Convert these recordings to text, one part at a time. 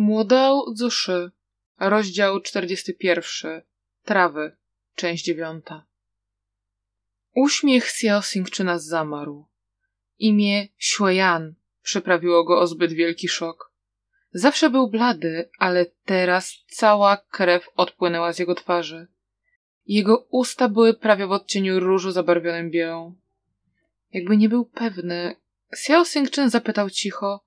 Młodao Zuszy, rozdział 41. Trawy, część 9. Uśmiech Xiao Xingczyna zamarł. Imię Xueyan przyprawiło go o zbyt wielki szok. Zawsze był blady, ale teraz cała krew odpłynęła z jego twarzy. Jego usta były prawie w odcieniu różu zabarwionym białą. Jakby nie był pewny, Xiao Xingczyn zapytał cicho: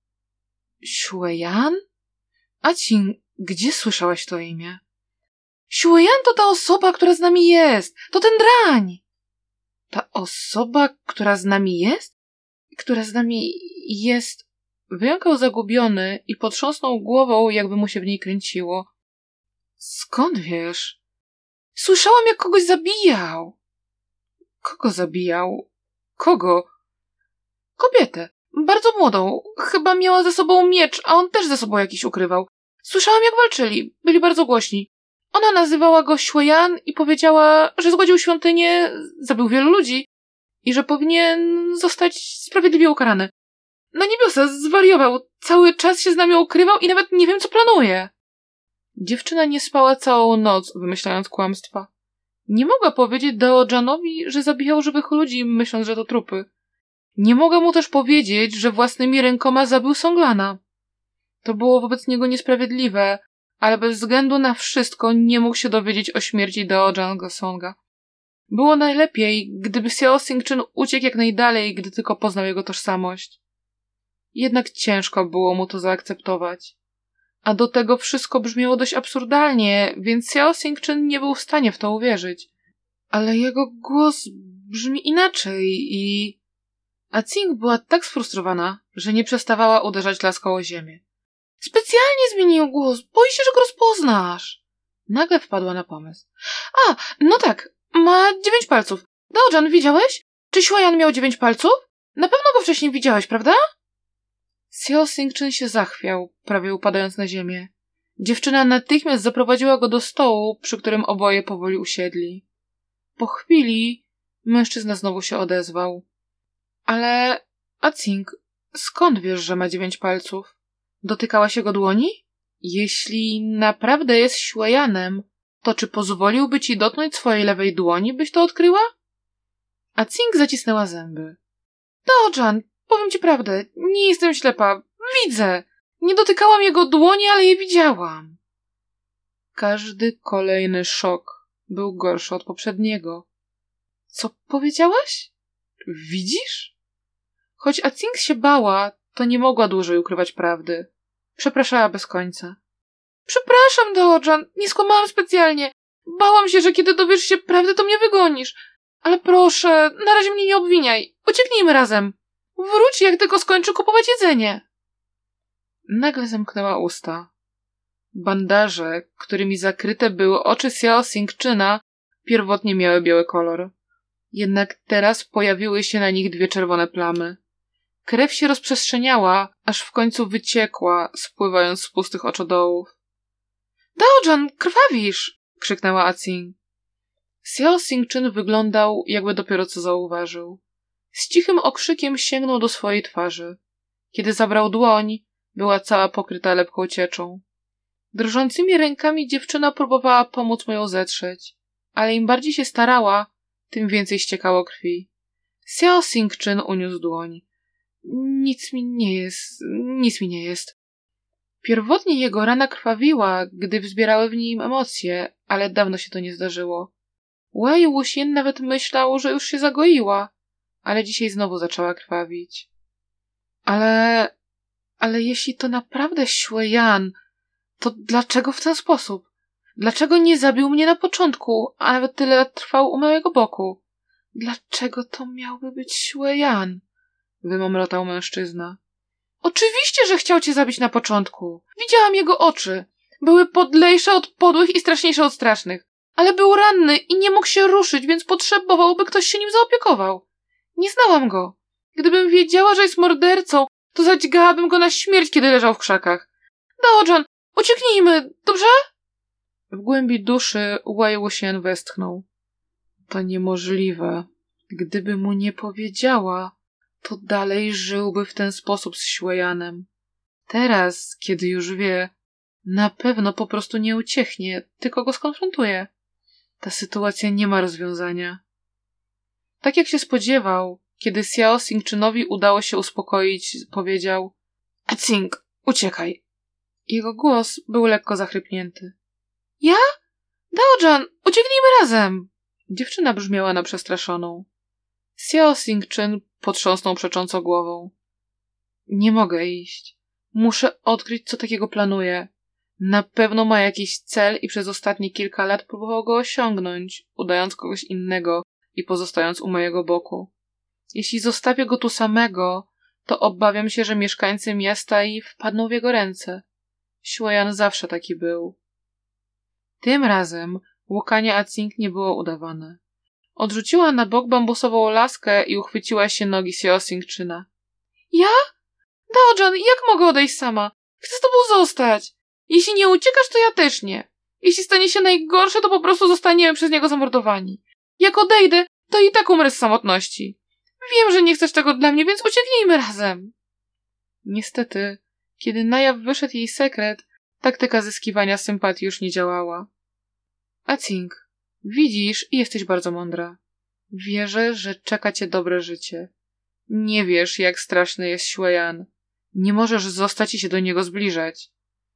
Xueyan? Acing, gdzie słyszałaś to imię? Xueyan to ta osoba, która z nami jest. To ten drań. Ta osoba, która z nami jest? Która z nami jest... Wyjąkał zagubiony i potrząsnął głową, jakby mu się w niej kręciło. Skąd wiesz? Słyszałam, jak kogoś zabijał. Kogo zabijał? Kogo? Kobietę. Bardzo młodą. Chyba miała ze sobą miecz, a on też ze sobą jakiś ukrywał. Słyszałam, jak walczyli. Byli bardzo głośni. Ona nazywała go Xueyan i powiedziała, że zgładził świątynię, zabił wielu ludzi i że powinien zostać sprawiedliwie ukarany. Na niebiosa, zwariował. Cały czas się z nami ukrywał i nawet nie wiem, co planuje. Dziewczyna nie spała całą noc, wymyślając kłamstwa. Nie mogła powiedzieć Daojanowi, że zabijał żywych ludzi, myśląc, że to trupy. Nie mogła mu też powiedzieć, że własnymi rękoma zabił Songlana. To było wobec niego niesprawiedliwe, ale bez względu na wszystko nie mógł się dowiedzieć o śmierci Daojan Gosonga. Było najlepiej, gdyby Xiao Xingczyn uciekł jak najdalej, gdy tylko poznał jego tożsamość. Jednak ciężko było mu to zaakceptować. A do tego wszystko brzmiało dość absurdalnie, więc Xiao Xingczyn nie był w stanie w to uwierzyć. Ale jego głos brzmi inaczej i... A Cing była tak sfrustrowana, że nie przestawała uderzać laską o ziemię. Specjalnie zmienił głos, boi się, że go rozpoznasz. Nagle wpadła na pomysł. A, no tak, ma 9 palców. Daojan, widziałeś? Czy Xueyan miał 9 palców? Na pewno go wcześniej widziałeś, prawda? Xiao Xingczyn się zachwiał, prawie upadając na ziemię. Dziewczyna natychmiast zaprowadziła go do stołu, przy którym oboje powoli usiedli. Po chwili mężczyzna znowu się odezwał. Ale, Acing, skąd wiesz, że ma 9 palców? Dotykałaś jego dłoni? Jeśli naprawdę jest Xueyanem, to czy pozwoliłby ci dotknąć swojej lewej dłoni, byś to odkryła? Acing zacisnęła zęby. Daojan, powiem ci prawdę, nie jestem ślepa. Widzę. Nie dotykałam jego dłoni, ale je widziałam. Każdy kolejny szok był gorszy od poprzedniego. Co powiedziałaś? Widzisz? Choć Acing się bała, to nie mogła dłużej ukrywać prawdy. Przepraszała bez końca. Przepraszam, Daojan, nie skłamałam specjalnie. Bałam się, że kiedy dowiesz się prawdy, to mnie wygonisz. Ale proszę, na razie mnie nie obwiniaj. Ucieknijmy razem. Wróć, jak tylko skończy kupować jedzenie. Nagle zamknęła usta. Bandaże, którymi zakryte były oczy Xiao Xingczyna, pierwotnie miały biały kolor. Jednak teraz pojawiły się na nich 2 czerwone plamy. Krew się rozprzestrzeniała, aż w końcu wyciekła, spływając z pustych oczodołów. Daojan, krwawisz! Krzyknęła Acing. Xiao Xingczyn wyglądał, jakby dopiero co zauważył. Z cichym okrzykiem sięgnął do swojej twarzy. Kiedy zabrał dłoń, była cała pokryta lepką cieczą. Drżącymi rękami dziewczyna próbowała pomóc mu ją zetrzeć, ale im bardziej się starała, tym więcej ściekało krwi. Xiao Xingczyn uniósł dłoń. Nic mi nie jest. Pierwotnie jego rana krwawiła, gdy wzbierały w nim emocje, ale dawno się to nie zdarzyło. Wei Wuxian nawet myślał, że już się zagoiła, ale dzisiaj znowu zaczęła krwawić. Ale jeśli to naprawdę Xueyan, to dlaczego w ten sposób? Dlaczego nie zabił mnie na początku, a nawet tyle lat trwał u mojego boku? Dlaczego to miałby być Xueyan? Wymamrotał mężczyzna. Oczywiście, że chciał cię zabić na początku. Widziałam jego oczy. Były podlejsze od podłych i straszniejsze od strasznych. Ale był ranny i nie mógł się ruszyć, więc potrzebował, by ktoś się nim zaopiekował. Nie znałam go. Gdybym wiedziała, że jest mordercą, to zadźgałabym go na śmierć, kiedy leżał w krzakach. Daojan, ucieknijmy, dobrze? W głębi duszy Wei Wuxian westchnął. To niemożliwe. Gdyby mu nie powiedziała, to dalej żyłby w ten sposób z Xueyanem. Teraz, kiedy już wie, na pewno po prostu nie ucieknie, tylko go skonfrontuje. Ta sytuacja nie ma rozwiązania. Tak jak się spodziewał, kiedy Xiao Xingczynowi udało się uspokoić, powiedział: Xing, uciekaj. Jego głos był lekko zachrypnięty. Ja? Daojan, ucieknijmy razem! Dziewczyna brzmiała na przestraszoną. Xiao Xingczyn potrząsnął przecząco głową. Nie mogę iść. Muszę odkryć, co takiego planuje. Na pewno ma jakiś cel i przez ostatnie kilka lat próbował go osiągnąć, udając kogoś innego i pozostając u mojego boku. Jeśli zostawię go tu samego, to obawiam się, że mieszkańcy miasta i wpadną w jego ręce. Shuyan zawsze taki był. Tym razem łukanie Acing nie było udawane. Odrzuciła na bok bambusową laskę i uchwyciła się nogi Xiao Xingczyna. Ja? Daojan, jak mogę odejść sama? Chcę z tobą zostać. Jeśli nie uciekasz, to ja też nie. Jeśli stanie się najgorsze, to po prostu zostaniemy przez niego zamordowani. Jak odejdę, to i tak umrę z samotności. Wiem, że nie chcesz tego dla mnie, więc ucieknijmy razem. Niestety, kiedy na jaw wyszedł jej sekret, taktyka zyskiwania sympatii już nie działała. Acing, widzisz i jesteś bardzo mądra. Wierzę, że czeka cię dobre życie. Nie wiesz, jak straszny jest Shuyan. Nie możesz zostać i się do niego zbliżać.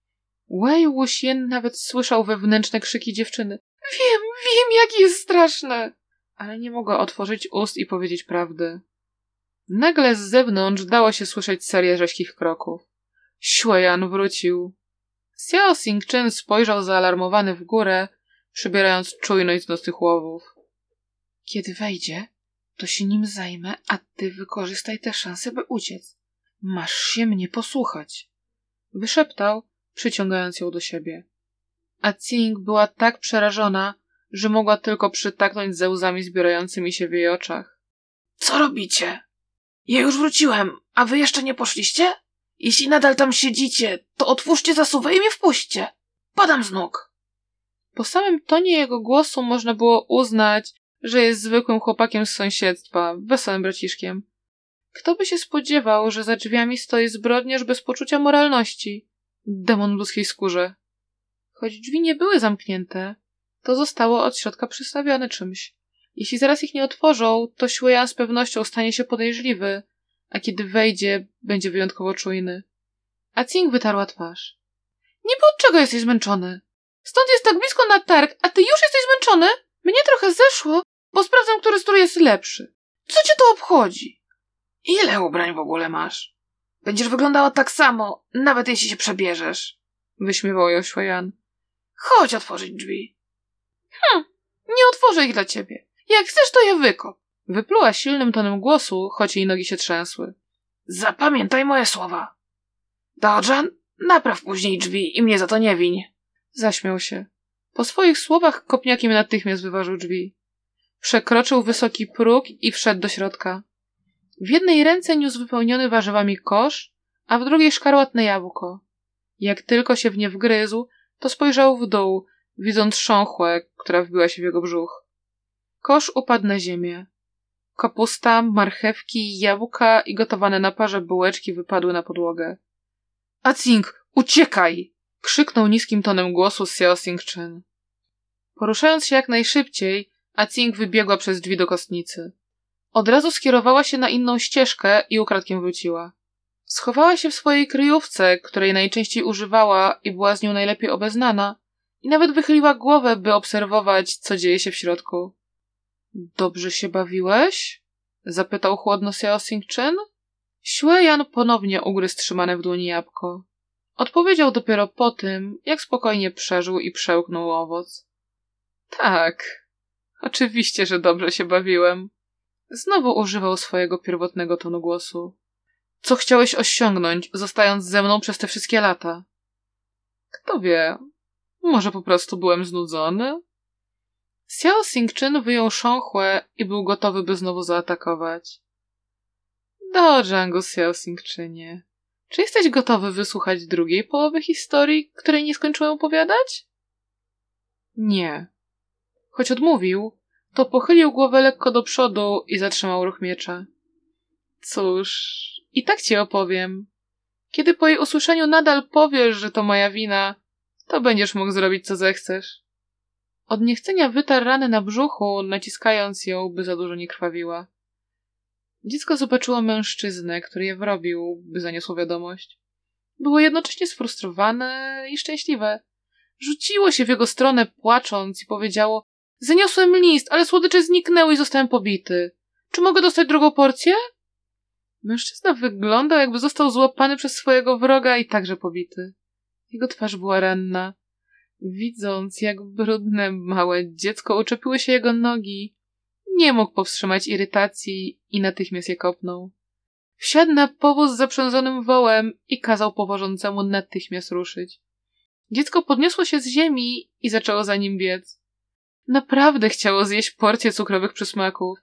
Wei Wuxian nawet słyszał wewnętrzne krzyki dziewczyny. Wiem, jaki jest straszny! Ale nie mogła otworzyć ust i powiedzieć prawdy. Nagle z zewnątrz dało się słyszeć serię rzeźkich kroków. Shuyan wrócił. Xiao Xingchen spojrzał zaalarmowany w górę, przybierając czujność z nocnych łowów. Kiedy wejdzie, to się nim zajmę, a ty wykorzystaj tę szansę, by uciec. Masz się mnie posłuchać. Wyszeptał, przyciągając ją do siebie. A Cing była tak przerażona, że mogła tylko przytaknąć ze łzami zbierającymi się w jej oczach. Co robicie? Ja już wróciłem, a wy jeszcze nie poszliście? Jeśli nadal tam siedzicie, to otwórzcie zasuwę i mnie wpuśćcie. Padam z nóg. Po samym tonie jego głosu można było uznać, że jest zwykłym chłopakiem z sąsiedztwa, wesołym braciszkiem. Kto by się spodziewał, że za drzwiami stoi zbrodniarz bez poczucia moralności? Demon w ludzkiej skórze. Choć drzwi nie były zamknięte, to zostało od środka przystawione czymś. Jeśli zaraz ich nie otworzą, to Shuyan z pewnością stanie się podejrzliwy, a kiedy wejdzie, będzie wyjątkowo czujny. A Cing wytarła twarz. Niby od czego jesteś zmęczony? Stąd jest tak blisko na targ, a ty już jesteś zmęczony? Mnie trochę zeszło, bo sprawdzam, który strój jest lepszy. Co cię to obchodzi? Ile ubrań w ogóle masz? Będziesz wyglądała tak samo, nawet jeśli się przebierzesz. Wyśmiewał ją Shuyan. Chodź otworzyć drzwi. Nie otworzę ich dla ciebie. Jak chcesz, to je wykop. Wypluła silnym tonem głosu, choć jej nogi się trzęsły. Zapamiętaj moje słowa. Daojan, napraw później drzwi i mnie za to nie wiń. Zaśmiał się. Po swoich słowach kopniakiem natychmiast wyważył drzwi. Przekroczył wysoki próg i wszedł do środka. W jednej ręce niósł wypełniony warzywami kosz, a w drugiej szkarłatne jabłko. Jak tylko się w nie wgryzł, to spojrzał w dół, widząc sząchłę, która wbiła się w jego brzuch. Kosz upadł na ziemię. Kapusta, marchewki, jabłka i gotowane na parze bułeczki wypadły na podłogę. Acing, uciekaj! Krzyknął niskim tonem głosu Xiao Xingchen. Poruszając się jak najszybciej, Acing wybiegła przez drzwi do kostnicy. Od razu skierowała się na inną ścieżkę i ukradkiem wróciła. Schowała się w swojej kryjówce, której najczęściej używała i była z nią najlepiej obeznana, i nawet wychyliła głowę, by obserwować, co dzieje się w środku. Dobrze się bawiłeś? Zapytał chłodno Xiao Xingchen. Shuyan ponownie ugryzł trzymane w dłoni jabłko. Odpowiedział dopiero po tym, jak spokojnie przeżył i przełknął owoc. Tak, oczywiście, że dobrze się bawiłem. Znowu używał swojego pierwotnego tonu głosu. Co chciałeś osiągnąć, zostając ze mną przez te wszystkie lata? Kto wie, może po prostu byłem znudzony? Xiao Xingchen wyjął sząchłę i był gotowy, by znowu zaatakować. Django, Xiao Xingchenie, czy jesteś gotowy wysłuchać drugiej połowy historii, której nie skończyłem opowiadać? Nie. Choć odmówił, to pochylił głowę lekko do przodu i zatrzymał ruch miecza. Cóż, i tak ci opowiem. Kiedy po jej usłyszeniu nadal powiesz, że to moja wina, to będziesz mógł zrobić, co zechcesz. Od niechcenia wytarł ranę na brzuchu, naciskając ją, by za dużo nie krwawiła. Dziecko zobaczyło mężczyznę, który je wrobił, by zaniosło wiadomość. Było jednocześnie sfrustrowane i szczęśliwe. Rzuciło się w jego stronę, płacząc, i powiedziało: zaniosłem list, ale słodycze zniknęły i zostałem pobity. Czy mogę dostać drugą porcję? Mężczyzna wyglądał, jakby został złapany przez swojego wroga i także pobity. Jego twarz była ranna. Widząc, jak brudne, małe dziecko uczepiło się jego nogi, nie mógł powstrzymać irytacji i natychmiast je kopnął. Wsiadł na powóz z zaprzężonym wołem i kazał powożącemu natychmiast ruszyć. Dziecko podniosło się z ziemi i zaczęło za nim biec. Naprawdę chciało zjeść porcję cukrowych przysmaków.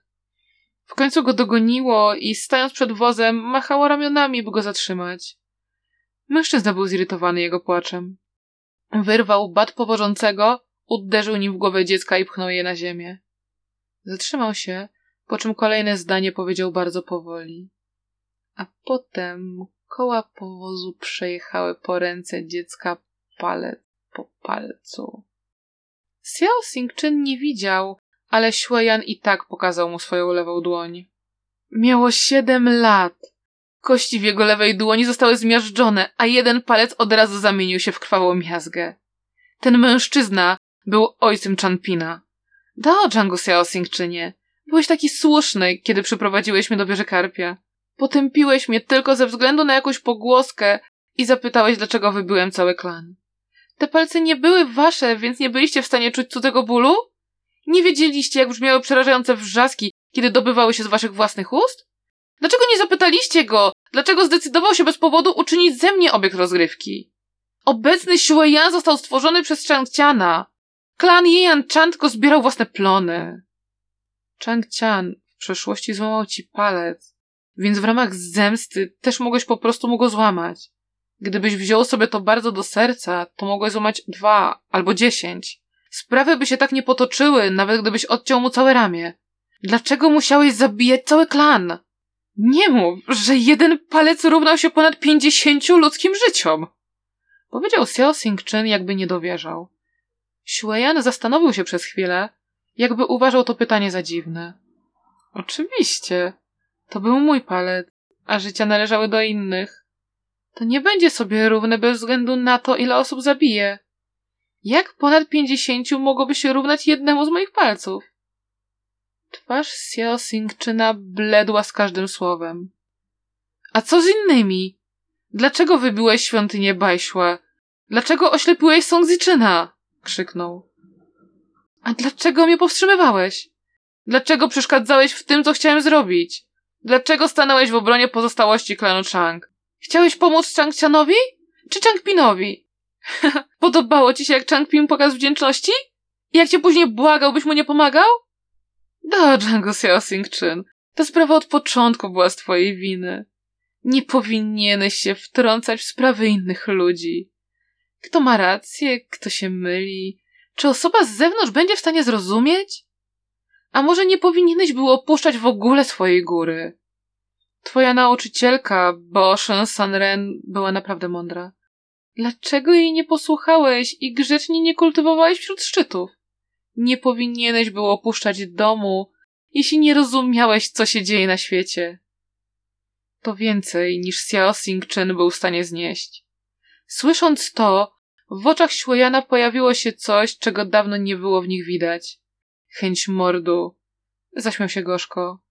W końcu go dogoniło i, stając przed wozem, machało ramionami, by go zatrzymać. Mężczyzna był zirytowany jego płaczem. Wyrwał bat powożącego, uderzył nim w głowę dziecka i pchnął je na ziemię. Zatrzymał się, po czym kolejne zdanie powiedział bardzo powoli. A potem koła powozu przejechały po ręce dziecka palec po palcu. Xiao Xingchen nie widział, ale Xue Yan i tak pokazał mu swoją lewą dłoń. Miało 7 lat. Kości w jego lewej dłoni zostały zmiażdżone, a jeden palec od razu zamienił się w krwawą miazgę. Ten mężczyzna był ojcem Chanpina. Dao Django Xiao Xingczynie. Byłeś taki słuszny, kiedy przyprowadziłeś mnie do wieży Karpia. Potępiłeś mnie tylko ze względu na jakąś pogłoskę i zapytałeś, dlaczego wybiłem cały klan. Te palce nie były wasze, więc nie byliście w stanie czuć cudzego bólu? Nie wiedzieliście, jak brzmiały przerażające wrzaski, kiedy dobywały się z waszych własnych ust? Dlaczego nie zapytaliście go, dlaczego zdecydował się bez powodu uczynić ze mnie obiekt rozgrywki? Obecny Xue Yan został stworzony przez Changqiana. Klan Yian Chan tylko zbierał własne plony. Changqian w przeszłości złamał ci palec, więc w ramach zemsty też mogłeś po prostu mu go złamać. Gdybyś wziął sobie to bardzo do serca, to mogłeś złamać 2 albo 10. Sprawy by się tak nie potoczyły, nawet gdybyś odciął mu całe ramię. Dlaczego musiałeś zabijać cały klan? Nie mów, że jeden palec równał się ponad 50 ludzkim życiom. Powiedział Xiao Xingchen, jakby nie dowierzał. Xue Yan zastanowił się przez chwilę, jakby uważał to pytanie za dziwne. Oczywiście. To był mój palec, a życia należały do innych. To nie będzie sobie równe bez względu na to, ile osób zabije. Jak ponad 50 mogłoby się równać jednemu z moich palców? Twarz Xiao Xingchena bledła z każdym słowem. A co z innymi? Dlaczego wybiłeś świątynię Bajszła? Dlaczego oślepiłeś Song Zichena? Krzyknął. A dlaczego mnie powstrzymywałeś? Dlaczego przeszkadzałeś w tym, co chciałem zrobić? Dlaczego stanąłeś w obronie pozostałości klanu Chang? Chciałeś pomóc Changqianowi? Czy Changpinowi? Podobało ci się, jak Changpin pokazał wdzięczności? I jak cię później błagał, byś mu nie pomagał? Django Xiao Xingchen, ta sprawa od początku była z twojej winy. Nie powinieneś się wtrącać w sprawy innych ludzi. Kto ma rację, kto się myli? Czy osoba z zewnątrz będzie w stanie zrozumieć? A może nie powinieneś był opuszczać w ogóle swojej góry? Twoja nauczycielka, Bo Shen Sanren, była naprawdę mądra. Dlaczego jej nie posłuchałeś i grzecznie nie kultywowałeś wśród szczytów? Nie powinieneś był opuszczać domu, jeśli nie rozumiałeś, co się dzieje na świecie. To więcej, niż Xiao Xingchen był w stanie znieść. Słysząc to, w oczach Xue Yana pojawiło się coś, czego dawno nie było w nich widać. Chęć mordu. Zaśmiał się gorzko.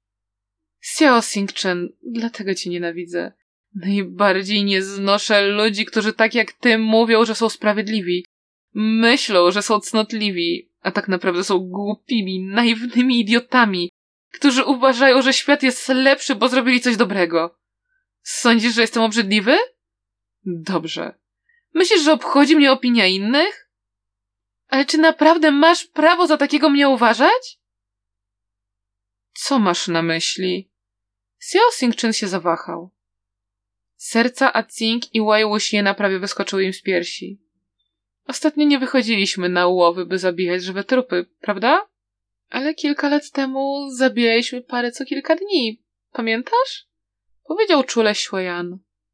Xiao Xingchen, dlatego cię nienawidzę. Najbardziej nie znoszę ludzi, którzy tak jak ty mówią, że są sprawiedliwi. Myślą, że są cnotliwi, a tak naprawdę są głupimi, naiwnymi idiotami, którzy uważają, że świat jest lepszy, bo zrobili coś dobrego. Sądzisz, że jestem obrzydliwy? Dobrze. Myślisz, że obchodzi mnie opinia innych? Ale czy naprawdę masz prawo za takiego mnie uważać? Co masz na myśli? Xiao Xingchen się zawahał. Serca Acing i Wei Wuxiena prawie wyskoczyły im z piersi. Ostatnio nie wychodziliśmy na łowy, by zabijać żywe trupy, prawda? Ale kilka lat temu zabijaliśmy parę co kilka dni. Pamiętasz? Powiedział czule Xue Yan.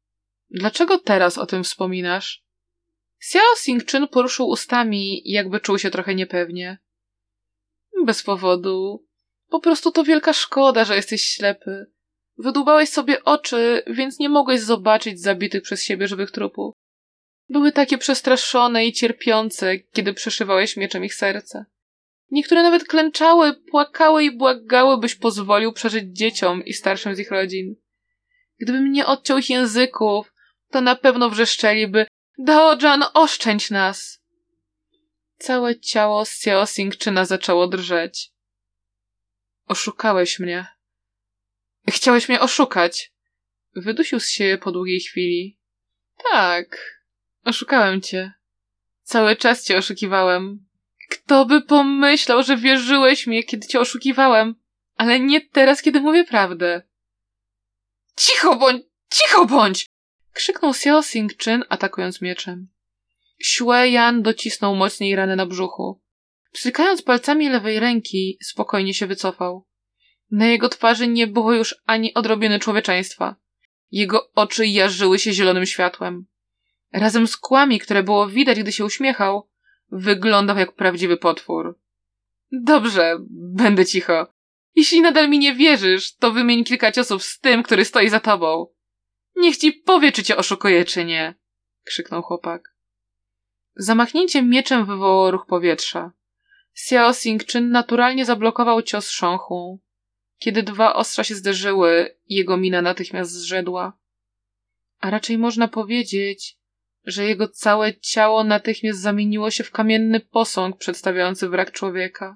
Dlaczego teraz o tym wspominasz? Xiao Xingqin poruszył ustami, jakby czuł się trochę niepewnie. Bez powodu. Po prostu to wielka szkoda, że jesteś ślepy. Wydłubałeś sobie oczy, więc nie mogłeś zobaczyć zabitych przez siebie żywych trupów. Były takie przestraszone i cierpiące, kiedy przeszywałeś mieczem ich serca. Niektóre nawet klęczały, płakały i błagały, byś pozwolił przeżyć dzieciom i starszym z ich rodzin. Gdybym nie odciął ich języków, to na pewno wrzeszczeliby: Daojan, oszczędź nas! Całe ciało Xiao Xingqina zaczęło drżeć. Oszukałeś mnie. Chciałeś mnie oszukać. Wydusił z siebie po długiej chwili. Tak, oszukałem cię. Cały czas cię oszukiwałem. Kto by pomyślał, że wierzyłeś mi, kiedy cię oszukiwałem, ale nie teraz, kiedy mówię prawdę. Cicho bądź! Cicho bądź! Krzyknął Xiao Xingqin, atakując mieczem. Xue Yan docisnął mocniej ranę na brzuchu. Pstrykając palcami lewej ręki, spokojnie się wycofał. Na jego twarzy nie było już ani odrobiny człowieczeństwa. Jego oczy jarzyły się zielonym światłem. Razem z kłami, które było widać, gdy się uśmiechał, wyglądał jak prawdziwy potwór. Dobrze, będę cicho. Jeśli nadal mi nie wierzysz, to wymień kilka ciosów z tym, który stoi za tobą. Niech ci powie, czy cię oszukuje, czy nie, krzyknął chłopak. Zamachnięcie mieczem wywołało ruch powietrza. Xiao Xingqin naturalnie zablokował cios Shonhu. Kiedy dwa ostrza się zderzyły, jego mina natychmiast zrzedła. A raczej można powiedzieć, że jego całe ciało natychmiast zamieniło się w kamienny posąg przedstawiający wrak człowieka.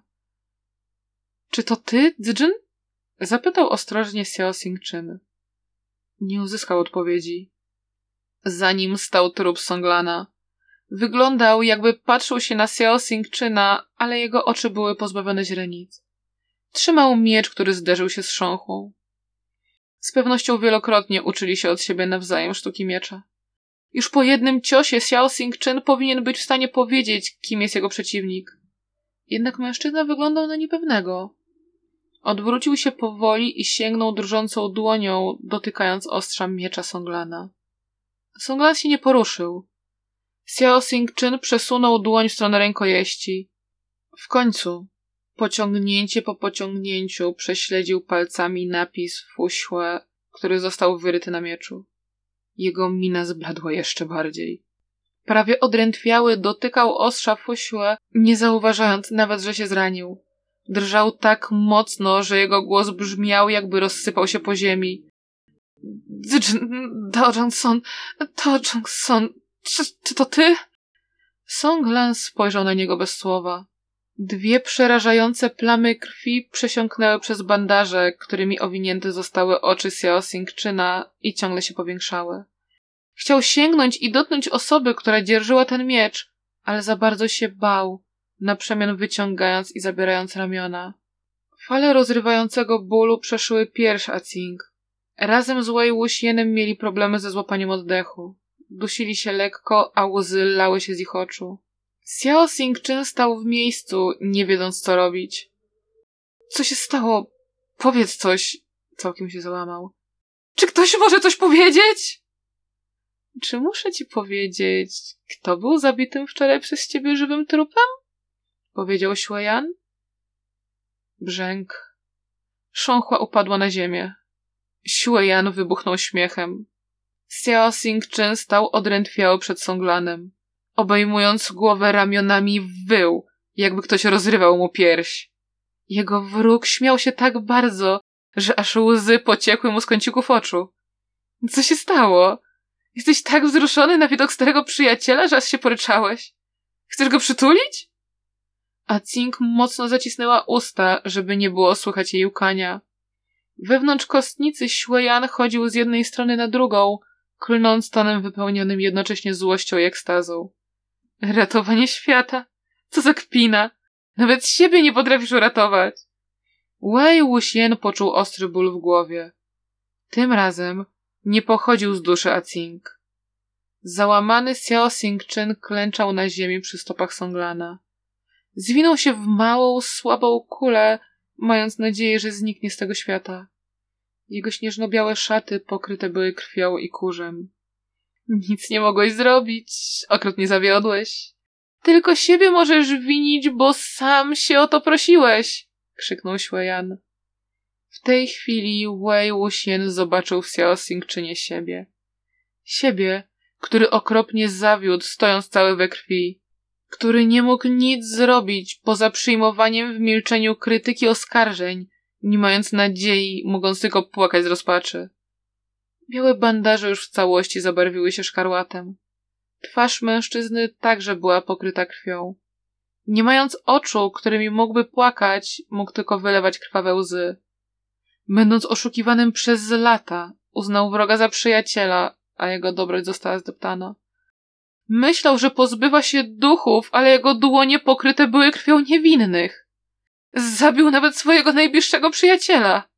Czy to ty, Dzidżin? Zapytał ostrożnie Xiao Xingqin. Nie uzyskał odpowiedzi. Za nim stał trup Songlana. Wyglądał, jakby patrzył się na Xiao Xingqina, ale jego oczy były pozbawione źrenic. Trzymał miecz, który zderzył się z Shonhu. Z pewnością wielokrotnie uczyli się od siebie nawzajem sztuki miecza. Już po jednym ciosie Xiao Xingqin powinien być w stanie powiedzieć, kim jest jego przeciwnik. Jednak mężczyzna wyglądał na niepewnego. Odwrócił się powoli i sięgnął drżącą dłonią, dotykając ostrza miecza Songlana. Songlan się nie poruszył. Xiao Xingqin przesunął dłoń w stronę rękojeści. W końcu, pociągnięcie po pociągnięciu, prześledził palcami napis Fu Xue, który został wyryty na mieczu. Jego mina zbladła jeszcze bardziej. Prawie odrętwiały dotykał ostrza Fu Xue, nie zauważając nawet, że się zranił. Drżał tak mocno, że jego głos brzmiał, jakby rozsypał się po ziemi. Dao Jang-son, czy to ty? Songlan spojrzał na niego bez słowa. Dwie przerażające plamy krwi przesiąknęły przez bandaże, którymi owinięte zostały oczy Xiao Xingqina i ciągle się powiększały. Chciał sięgnąć i dotknąć osoby, która dzierżyła ten miecz, ale za bardzo się bał, na przemian wyciągając i zabierając ramiona. Fale rozrywającego bólu przeszyły pierś Acing. Razem z Wei Wuxienem mieli problemy ze złapaniem oddechu. Dusili się lekko, a łzy lały się z ich oczu. Xiao Xingqin stał w miejscu, nie wiedząc co robić. Co się stało? Powiedz coś. Całkiem się załamał. Czy ktoś może coś powiedzieć? Czy muszę ci powiedzieć, kto był zabitym wczoraj przez ciebie żywym trupem? Powiedział Xue Yan. Brzęk. Szonchła upadła na ziemię. Xue Yan wybuchnął śmiechem. Xiao Xingqin stał odrętwiały przed Songlanem. Obejmując głowę ramionami, wył, jakby ktoś rozrywał mu pierś. Jego wróg śmiał się tak bardzo, że aż łzy pociekły mu z kącików oczu. Co się stało? Jesteś tak wzruszony na widok starego przyjaciela, że aż się poryczałeś? Chcesz go przytulić? A Cing mocno zacisnęła usta, żeby nie było słychać jej łkania. Wewnątrz kostnicy Xue Yan chodził z jednej strony na drugą, klnąc tonem wypełnionym jednocześnie złością i ekstazą. Ratowanie świata? Co za kpina! Nawet siebie nie potrafisz uratować! Wei Wuxian poczuł ostry ból w głowie. Tym razem nie pochodził z duszy Acing. Załamany Xiao Xingqin klęczał na ziemi przy stopach Songlana. Zwinął się w małą, słabą kulę, mając nadzieję, że zniknie z tego świata. Jego śnieżno-białe szaty pokryte były krwią i kurzem. Nic nie mogłeś zrobić, okrutnie zawiodłeś. Tylko siebie możesz winić, bo sam się o to prosiłeś, krzyknął Xueyan. W tej chwili Wei Wuxian zobaczył w Xiao Xingczynie siebie. Siebie, który okropnie zawiódł, stojąc cały we krwi. Który nie mógł nic zrobić poza przyjmowaniem w milczeniu krytyki oskarżeń, nie mając nadziei, mogąc tylko płakać z rozpaczy. Białe bandaże już w całości zabarwiły się szkarłatem. Twarz mężczyzny także była pokryta krwią. Nie mając oczu, którymi mógłby płakać, mógł tylko wylewać krwawe łzy. Będąc oszukiwanym przez lata, uznał wroga za przyjaciela, a jego dobroć została zdeptana. Myślał, że pozbywa się duchów, ale jego dłonie pokryte były krwią niewinnych. Zabił nawet swojego najbliższego przyjaciela.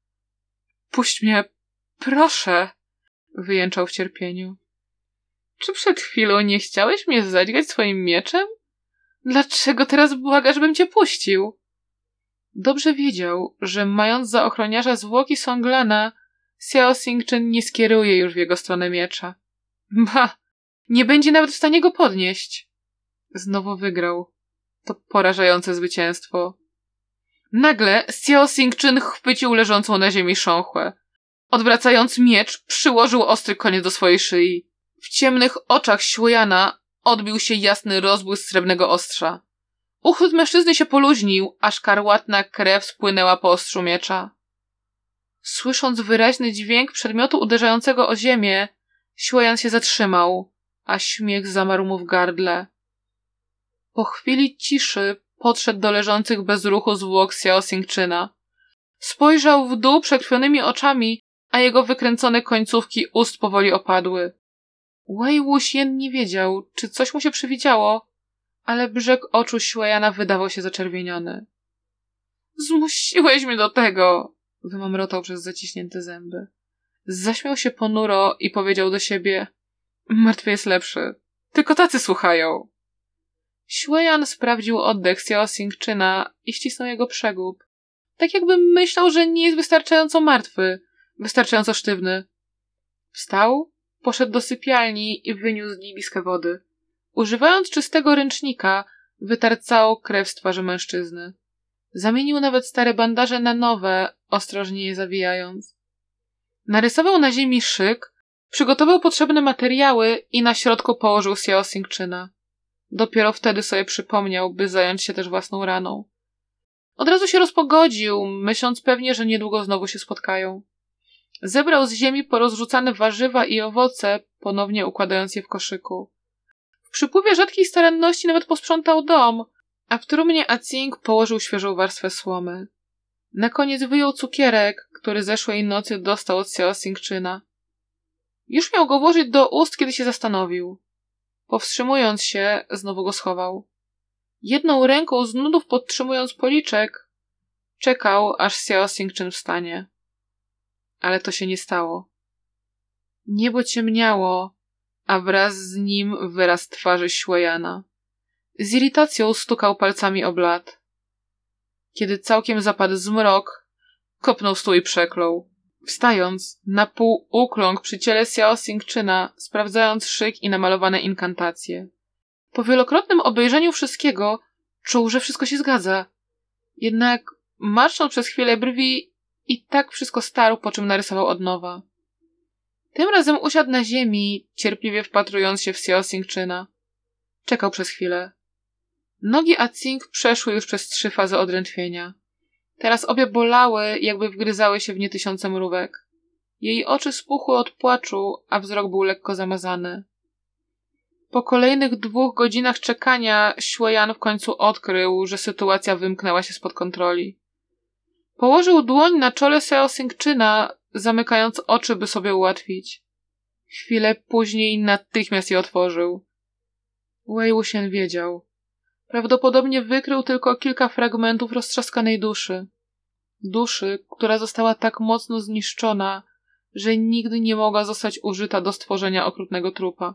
Puść mnie, proszę, wyjęczał w cierpieniu. Czy przed chwilą nie chciałeś mnie zadźgać swoim mieczem? Dlaczego teraz błagasz, bym cię puścił? Dobrze wiedział, że mając za ochroniarza zwłoki Songlana, Xiao Xingczyn nie skieruje już w jego stronę miecza. Ba, nie będzie nawet w stanie go podnieść. Znowu wygrał. To porażające zwycięstwo. Nagle Xiao Xingczyn chwycił leżącą na ziemi szonchłę. Odwracając miecz, przyłożył ostry koniec do swojej szyi. W ciemnych oczach Xueyana odbił się jasny rozbłysk srebrnego ostrza. Uchwyt mężczyzny się poluźnił, a szkarłatna krew spłynęła po ostrzu miecza. Słysząc wyraźny dźwięk przedmiotu uderzającego o ziemię, Xueyan się zatrzymał, a śmiech zamarł mu w gardle. Po chwili ciszy podszedł do leżących bez ruchu zwłok Xiao Xingczyna. Spojrzał w dół przekrwionymi oczami, a jego wykręcone końcówki ust powoli opadły. Wei Wuxian nie wiedział, czy coś mu się przywidziało, ale brzeg oczu Xueyana wydawał się zaczerwieniony. Zmusiłeś mnie do tego! Wymamrotał przez zaciśnięte zęby. Zaśmiał się ponuro i powiedział do siebie: martwy jest lepszy. Tylko tacy słuchają. Xueyan sprawdził oddech Xiao Xingczyna i ścisnął jego przegub. Tak jakby myślał, że nie jest wystarczająco martwy, wystarczająco sztywny. Wstał, poszedł do sypialni i wyniósł z niej miskę wody. Używając czystego ręcznika, wytarł całą krew z twarzy mężczyzny. Zamienił nawet stare bandaże na nowe, ostrożnie je zawijając. Narysował na ziemi szyk, przygotował potrzebne materiały i na środku położył Xiao Xingczyna. Dopiero wtedy sobie przypomniał, by zająć się też własną raną. Od razu się rozpogodził, myśląc pewnie, że niedługo znowu się spotkają. Zebrał z ziemi porozrzucane warzywa i owoce, ponownie układając je w koszyku. W przypływie rzadkiej staranności nawet posprzątał dom, a w trumnie Acing położył świeżą warstwę słomy. Na koniec wyjął cukierek, który zeszłej nocy dostał od Xiao Xingczyna. Już miał go włożyć do ust, kiedy się zastanowił. Powstrzymując się, znowu go schował. Jedną ręką z nudów podtrzymując policzek, czekał, aż Xiao Xingczyn wstanie. Ale to się nie stało. Niebo ciemniało, a wraz z nim wyraz twarzy Xueyana. Z irytacją stukał palcami o blat. Kiedy całkiem zapadł zmrok, kopnął stół i przeklął. Wstając, na pół ukląkł przy ciele Xiao Xingczyna, sprawdzając szyk i namalowane inkantacje. Po wielokrotnym obejrzeniu wszystkiego czuł, że wszystko się zgadza. Jednak marszcząc przez chwilę brwi i tak wszystko starł, po czym narysował od nowa. Tym razem usiadł na ziemi, cierpliwie wpatrując się w Xiao Xingczyna. Czekał przez chwilę. Nogi Acing przeszły już przez 3 fazy odrętwienia. Teraz obie bolały, jakby wgryzały się w nie tysiące mrówek. Jej oczy spuchły od płaczu, a wzrok był lekko zamazany. Po kolejnych 2 godzinach czekania Xueyan w końcu odkrył, że sytuacja wymknęła się spod kontroli. Położył dłoń na czole Xiao Xingczyna, zamykając oczy, by sobie ułatwić. Chwilę później natychmiast je otworzył. Wei Wuxian wiedział. Prawdopodobnie wykrył tylko kilka fragmentów roztrzaskanej duszy. Duszy, która została tak mocno zniszczona, że nigdy nie mogła zostać użyta do stworzenia okrutnego trupa.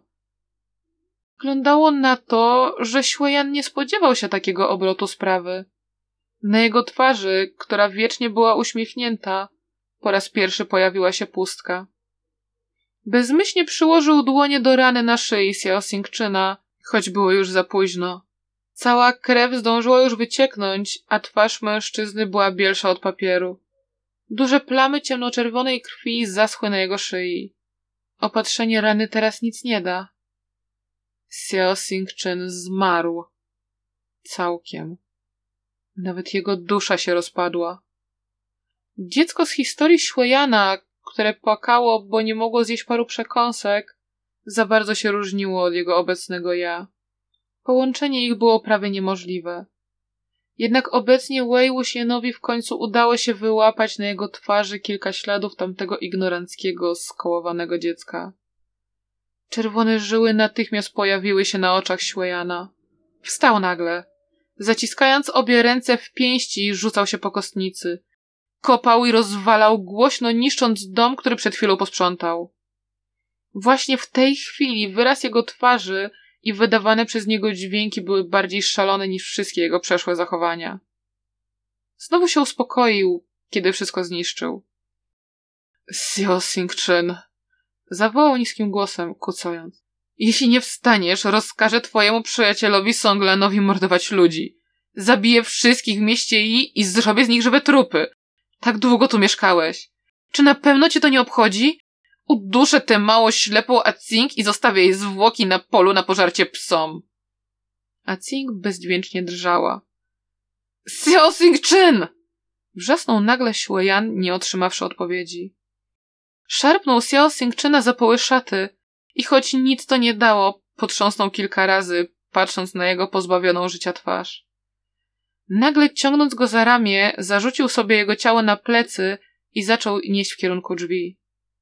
Wyglądało na to, że Xueyan nie spodziewał się takiego obrotu sprawy. Na jego twarzy, która wiecznie była uśmiechnięta, po raz pierwszy pojawiła się pustka. Bezmyślnie przyłożył dłonie do rany na szyi Xiao Xingczyna, choć było już za późno. Cała krew zdążyła już wycieknąć, a twarz mężczyzny była bielsza od papieru. Duże plamy ciemnoczerwonej krwi zaschły na jego szyi. Opatrzenie rany teraz nic nie da. Xiao Xingczyn zmarł. Całkiem. Nawet jego dusza się rozpadła. Dziecko z historii Shueyana, które płakało, bo nie mogło zjeść paru przekąsek, za bardzo się różniło od jego obecnego ja. Połączenie ich było prawie niemożliwe. Jednak obecnie Wei Wuxianowi w końcu udało się wyłapać na jego twarzy kilka śladów tamtego ignoranckiego, skołowanego dziecka. Czerwone żyły natychmiast pojawiły się na oczach Shueyana. Wstał nagle. Zaciskając obie ręce w pięści, rzucał się po kostnicy. Kopał i rozwalał, głośno niszcząc dom, który przed chwilą posprzątał. Właśnie w tej chwili wyraz jego twarzy i wydawane przez niego dźwięki były bardziej szalone niż wszystkie jego przeszłe zachowania. Znowu się uspokoił, kiedy wszystko zniszczył. Xiao Xingczyn, zawołał niskim głosem, kucając. Jeśli nie wstaniesz, rozkażę twojemu przyjacielowi Songlanowi mordować ludzi. Zabiję wszystkich w mieście i zrobię z nich żywe trupy. Tak długo tu mieszkałeś. Czy na pewno cię to nie obchodzi? Uduszę tę mało ślepą Acing i zostawię jej zwłoki na polu na pożarcie psom. Acing bezdźwięcznie drżała. Xiao Xingczyn! Wrzasnął nagle Shueyan, nie otrzymawszy odpowiedzi. Szarpnął Xiao Xingczyna za poły szaty i choć nic to nie dało, potrząsnął kilka razy, patrząc na jego pozbawioną życia twarz. Nagle ciągnąc go za ramię, zarzucił sobie jego ciało na plecy i zaczął nieść w kierunku drzwi.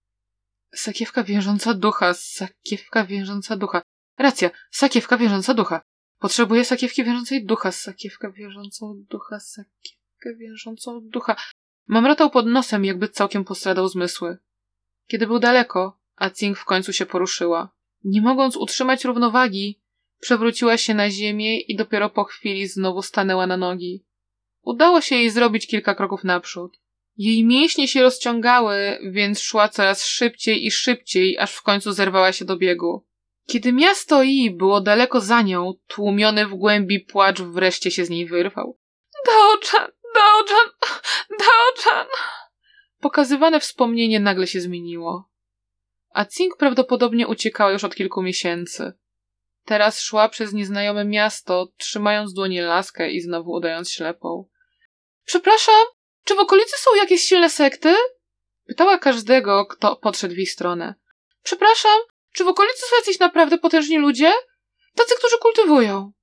Sakiewka wiążąca ducha, sakiewka wiążąca ducha. Racja, sakiewka wiążąca ducha. Potrzebuję sakiewki wiążącej ducha, sakiewkę wiążącą ducha, sakiewkę wiążącą ducha. Mamrotał pod nosem, jakby całkiem postradał zmysły. Kiedy był daleko, Acing w końcu się poruszyła. Nie mogąc utrzymać równowagi, przewróciła się na ziemię i dopiero po chwili znowu stanęła na nogi. Udało się jej zrobić kilka kroków naprzód. Jej mięśnie się rozciągały, więc szła coraz szybciej i szybciej, aż w końcu zerwała się do biegu. Kiedy miasto I było daleko za nią, tłumiony w głębi płacz wreszcie się z niej wyrwał. Dao-chan! Dao-chan! Dao-chan! Pokazywane wspomnienie nagle się zmieniło. Acing prawdopodobnie uciekała już od kilku miesięcy. Teraz szła przez nieznajome miasto, trzymając w dłoni laskę i znowu udając ślepą. Przepraszam, czy w okolicy są jakieś silne sekty? Pytała każdego, kto podszedł w ich stronę. Przepraszam, czy w okolicy są jacyś naprawdę potężni ludzie? Tacy, którzy kultywują.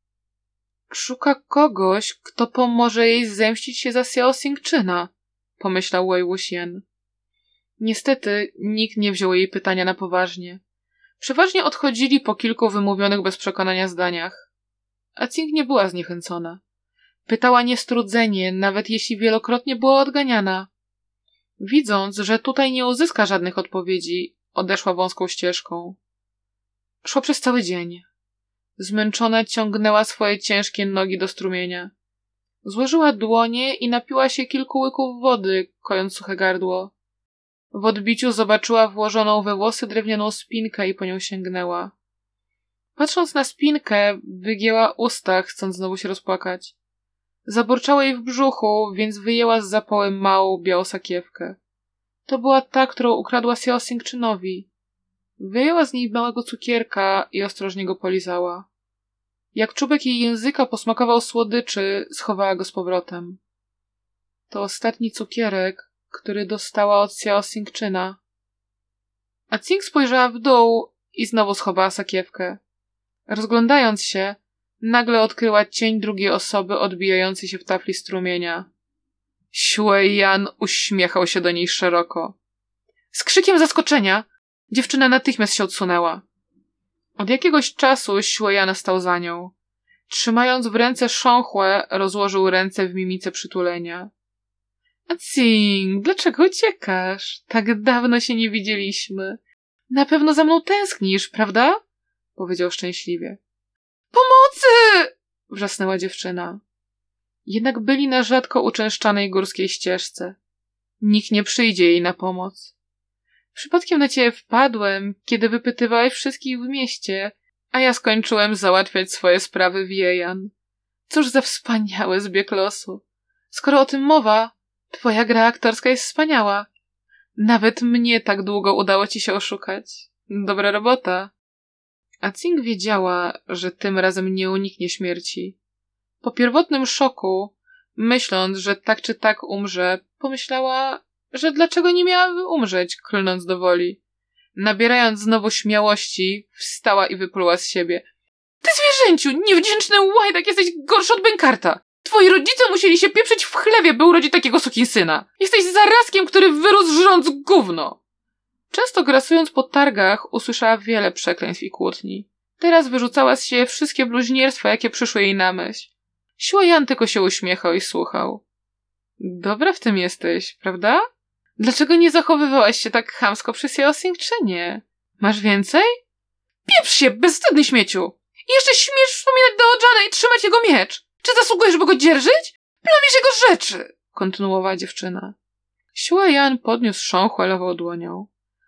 Szuka kogoś, kto pomoże jej zemścić się za Xiao Xingczyna, pomyślał Wei Wuxian. Niestety nikt nie wziął jej pytania na poważnie. Przeważnie odchodzili po kilku wymówionych bez przekonania zdaniach. Acing nie była zniechęcona. Pytała niestrudzenie, nawet jeśli wielokrotnie była odganiana. Widząc, że tutaj nie uzyska żadnych odpowiedzi, odeszła wąską ścieżką. Szła przez cały dzień. Zmęczona ciągnęła swoje ciężkie nogi do strumienia. Złożyła dłonie i napiła się kilku łyków wody, kojąc suche gardło. W odbiciu zobaczyła włożoną we włosy drewnianą spinkę i po nią sięgnęła. Patrząc na spinkę, wygięła usta, chcąc znowu się rozpłakać. Zaburczało jej w brzuchu, więc wyjęła z zapałem małą, białą sakiewkę. To była ta, którą ukradła Xiao Xingczynowi. Wyjęła z niej małego cukierka i ostrożnie go polizała. Jak czubek jej języka posmakował słodyczy, schowała go z powrotem. To ostatni cukierek, który dostała od Xiao Xingczyna. Acing spojrzała w dół i znowu schowała sakiewkę. Rozglądając się, nagle odkryła cień drugiej osoby odbijającej się w tafli strumienia. Shueyan uśmiechał się do niej szeroko. Z krzykiem zaskoczenia dziewczyna natychmiast się odsunęła. Od jakiegoś czasu Shueyan stał za nią. Trzymając w ręce sząchłe, rozłożył ręce w mimice przytulenia. Acing, dlaczego uciekasz? Tak dawno się nie widzieliśmy. Na pewno za mną tęsknisz, prawda? Powiedział szczęśliwie. Pomocy! Wrzasnęła dziewczyna. Jednak byli na rzadko uczęszczanej górskiej ścieżce. Nikt nie przyjdzie jej na pomoc. Przypadkiem na ciebie wpadłem, kiedy wypytywałeś wszystkich w mieście, a ja skończyłem załatwiać swoje sprawy w Jejan. Cóż za wspaniały zbieg losu. Skoro o tym mowa, twoja gra aktorska jest wspaniała. Nawet mnie tak długo udało ci się oszukać. Dobra robota. A Tsing wiedziała, że tym razem nie uniknie śmierci. Po pierwotnym szoku, myśląc, że tak czy tak umrze, pomyślała, że dlaczego nie miałaby umrzeć, klnąc do woli. Nabierając znowu śmiałości, wstała i wypluła z siebie. Ty zwierzęciu, niewdzięczny łajdak, jesteś gorszy od Bękarta. Twoi rodzice musieli się pieprzyć w chlewie, by urodzić takiego sukinsyna. Jesteś zarazkiem, który wyrósł żrąc gówno. Często grasując po targach, usłyszała wiele przekleństw i kłótni. Teraz wyrzucała z siebie wszystkie bluźnierstwa, jakie przyszły jej na myśl. Shuoyan tylko się uśmiechał i słuchał. Dobra w tym jesteś, prawda? Dlaczego nie zachowywałaś się tak chamsko przy Seosing-czynie? Masz więcej? Pieprz się, bezwstydny śmieciu! I jeszcze śmiesz wspominać do Ojana i trzymać jego miecz! Czy zasługujesz, by go dzierżyć? Plamisz jego rzeczy! Kontynuowała dziewczyna. Shuoyan podniósł sząchłe lewą dłonią.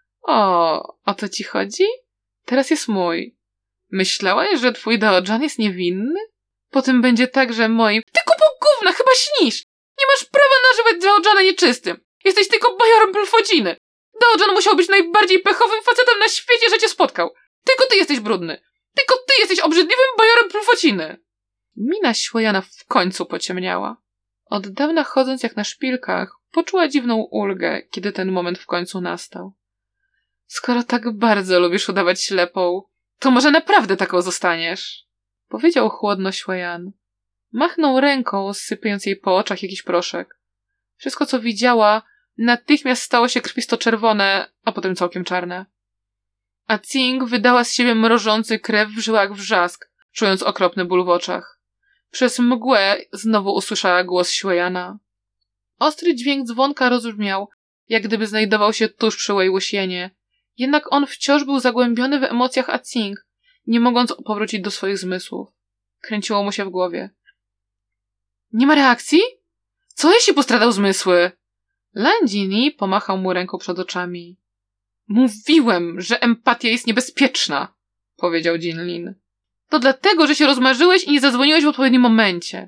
O to ci chodzi? Teraz jest mój. Myślałaś, że twój Daojan jest niewinny? Potem będzie tak, że moim... Ty kupo gówna, chyba śnisz! Nie masz prawa nazywać Daojana nieczystym! Jesteś tylko bajorem Blfodziny! Daojan musiał być najbardziej pechowym facetem na świecie, że cię spotkał! Tylko ty jesteś brudny! Tylko ty jesteś obrzydliwym bajorem Blfociny! Mina Shuoyana w końcu pociemniała. Od dawna chodząc jak na szpilkach, poczuła dziwną ulgę, kiedy ten moment w końcu nastał. Skoro tak bardzo lubisz udawać ślepą, to może naprawdę taką zostaniesz? Powiedział chłodno Shuoyan. Machnął ręką, sypiąc jej po oczach jakiś proszek. Wszystko, co widziała, natychmiast stało się krwisto-czerwone, a potem całkiem czarne. A Tsing wydała z siebie mrożący krew w żyłach wrzask, czując okropny ból w oczach. Przez mgłę znowu usłyszała głos Shuoyana. Ostry dźwięk dzwonka rozbrzmiał, jak gdyby znajdował się tuż przy Wei Wuxienie. Jednak on wciąż był zagłębiony w emocjach Tsing, nie mogąc powrócić do swoich zmysłów. Kręciło mu się w głowie. Nie ma reakcji? Co jeśli postradał zmysły? Lan Jini pomachał mu ręką przed oczami. Mówiłem, że empatia jest niebezpieczna, powiedział Jinlin. To dlatego, że się rozmarzyłeś i nie zadzwoniłeś w odpowiednim momencie.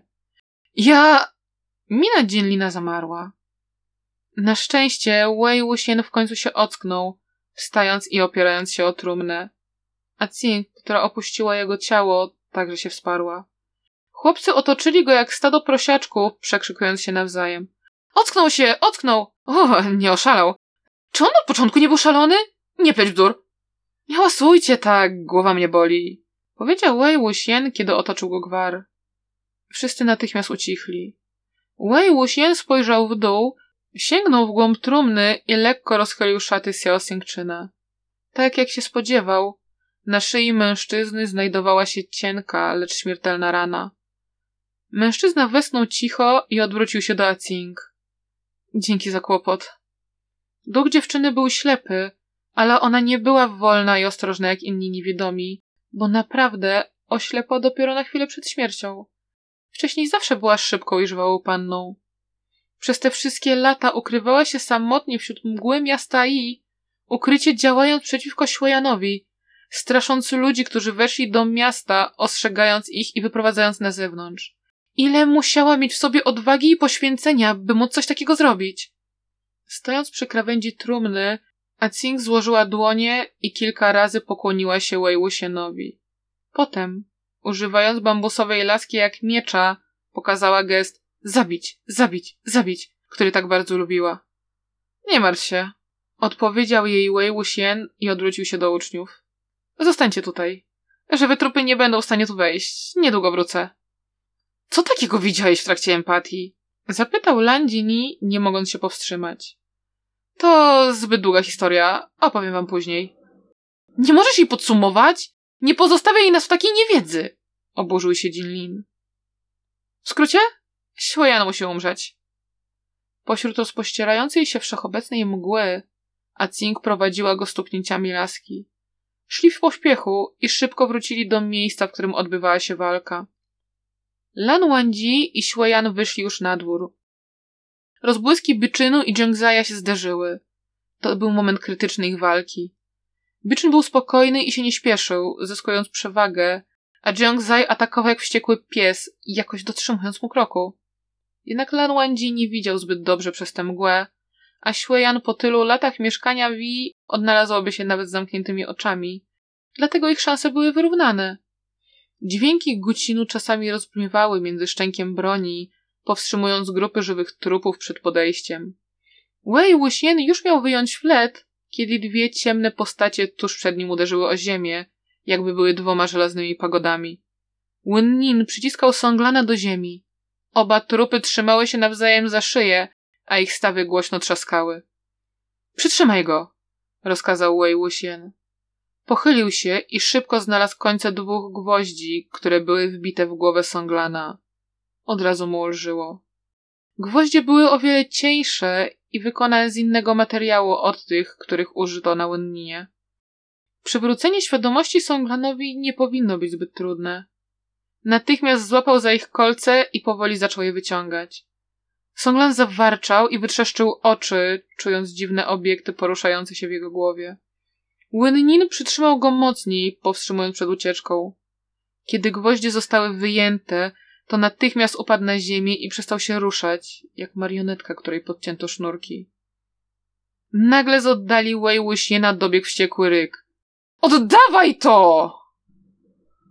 Mina Jinlina zamarła. Na szczęście Wei Wuxian w końcu się ocknął, wstając i opierając się o trumnę. A Tsing, która opuściła jego ciało, także się wsparła. Chłopcy otoczyli go jak stado prosiaczków, przekrzykując się nawzajem. Ocknął się! Ocknął! Nie oszalał. Czy on od początku nie był szalony? Nie pleć bzdur. Nie hałasujcie tak, głowa mnie boli. Powiedział Wei Wuxian, kiedy otoczył go gwar. Wszyscy natychmiast ucichli. Wei Wuxian spojrzał w dół, sięgnął w głąb trumny i lekko rozchylił szaty Seosing-czyna. Tak jak się spodziewał, na szyi mężczyzny znajdowała się cienka, lecz śmiertelna rana. Mężczyzna westchnął cicho i odwrócił się do Atsing. Dzięki za kłopot. Duch dziewczyny był ślepy, ale ona nie była wolna i ostrożna jak inni niewidomi, bo naprawdę oślepła dopiero na chwilę przed śmiercią. Wcześniej zawsze była szybką i żwałą panną. Przez te wszystkie lata ukrywała się samotnie wśród mgły miasta I, ukrycie działając przeciwko Shuoyanowi, strasząc ludzi, którzy weszli do miasta, ostrzegając ich i wyprowadzając na zewnątrz. Ile musiała mieć w sobie odwagi i poświęcenia, by móc coś takiego zrobić? Stojąc przy krawędzi trumny, Atsing złożyła dłonie i kilka razy pokłoniła się Wei Wuxianowi. Potem, używając bambusowej laski jak miecza, pokazała gest zabić, zabić, zabić, który tak bardzo lubiła. Nie martw się, odpowiedział jej Wei Wuxian i odwrócił się do uczniów. Zostańcie tutaj. Żywe trupy nie będą w stanie tu wejść. Niedługo wrócę. Co takiego widziałeś w trakcie empatii? Zapytał Lan Jini, nie mogąc się powstrzymać. To zbyt długa historia. Opowiem wam później. Nie możesz jej podsumować? Nie pozostawiaj nas w takiej niewiedzy! Oburzył się Jinlin. W skrócie? Shuoyan musi umrzeć. Pośród rozpościerającej się wszechobecnej mgły Atsing prowadziła go stuknięciami laski. Szli w pośpiechu i szybko wrócili do miejsca, w którym odbywała się walka. Lan Wangji i Shuoyan wyszli już na dwór. Rozbłyski Byczynu i Zhengzaya się zderzyły. To był moment krytyczny ich walki. Biczyn był spokojny i się nie śpieszył, zyskując przewagę, a Jeongzai atakował jak wściekły pies, jakoś dotrzymując mu kroku. Jednak Lan Wangji nie widział zbyt dobrze przez tę mgłę, a Xueyan po tylu latach mieszkania w Yi odnalazłoby się nawet z zamkniętymi oczami. Dlatego ich szanse były wyrównane. Dźwięki Gucinu czasami rozbrzmiewały między szczękiem broni, powstrzymując grupy żywych trupów przed podejściem. Wei Wuxian już miał wyjąć flet, kiedy dwie ciemne postacie tuż przed nim uderzyły o ziemię, jakby były dwoma żelaznymi pagodami. Wen-Nin przyciskał Songlana do ziemi. Oba trupy trzymały się nawzajem za szyję, a ich stawy głośno trzaskały. Przytrzymaj go! Rozkazał Wei Wuxian. Pochylił się i szybko znalazł końce dwóch gwoździ, które były wbite w głowę Songlana. Od razu mu ulżyło. Gwoździe były o wiele cieńsze i wykonane z innego materiału od tych, których użyto na Wen-Ninie. Przywrócenie świadomości Songlanowi nie powinno być zbyt trudne. Natychmiast złapał za ich kolce i powoli zaczął je wyciągać. Songlan zawarczał i wytrzeszczył oczy, czując dziwne obiekty poruszające się w jego głowie. Wen-Nin przytrzymał go mocniej, powstrzymując przed ucieczką. Kiedy gwoździe zostały wyjęte, to natychmiast upadł na ziemię i przestał się ruszać, jak marionetka, której podcięto sznurki. Nagle z oddali Wei Wuxiana dobiegł wściekły ryk. Oddawaj to!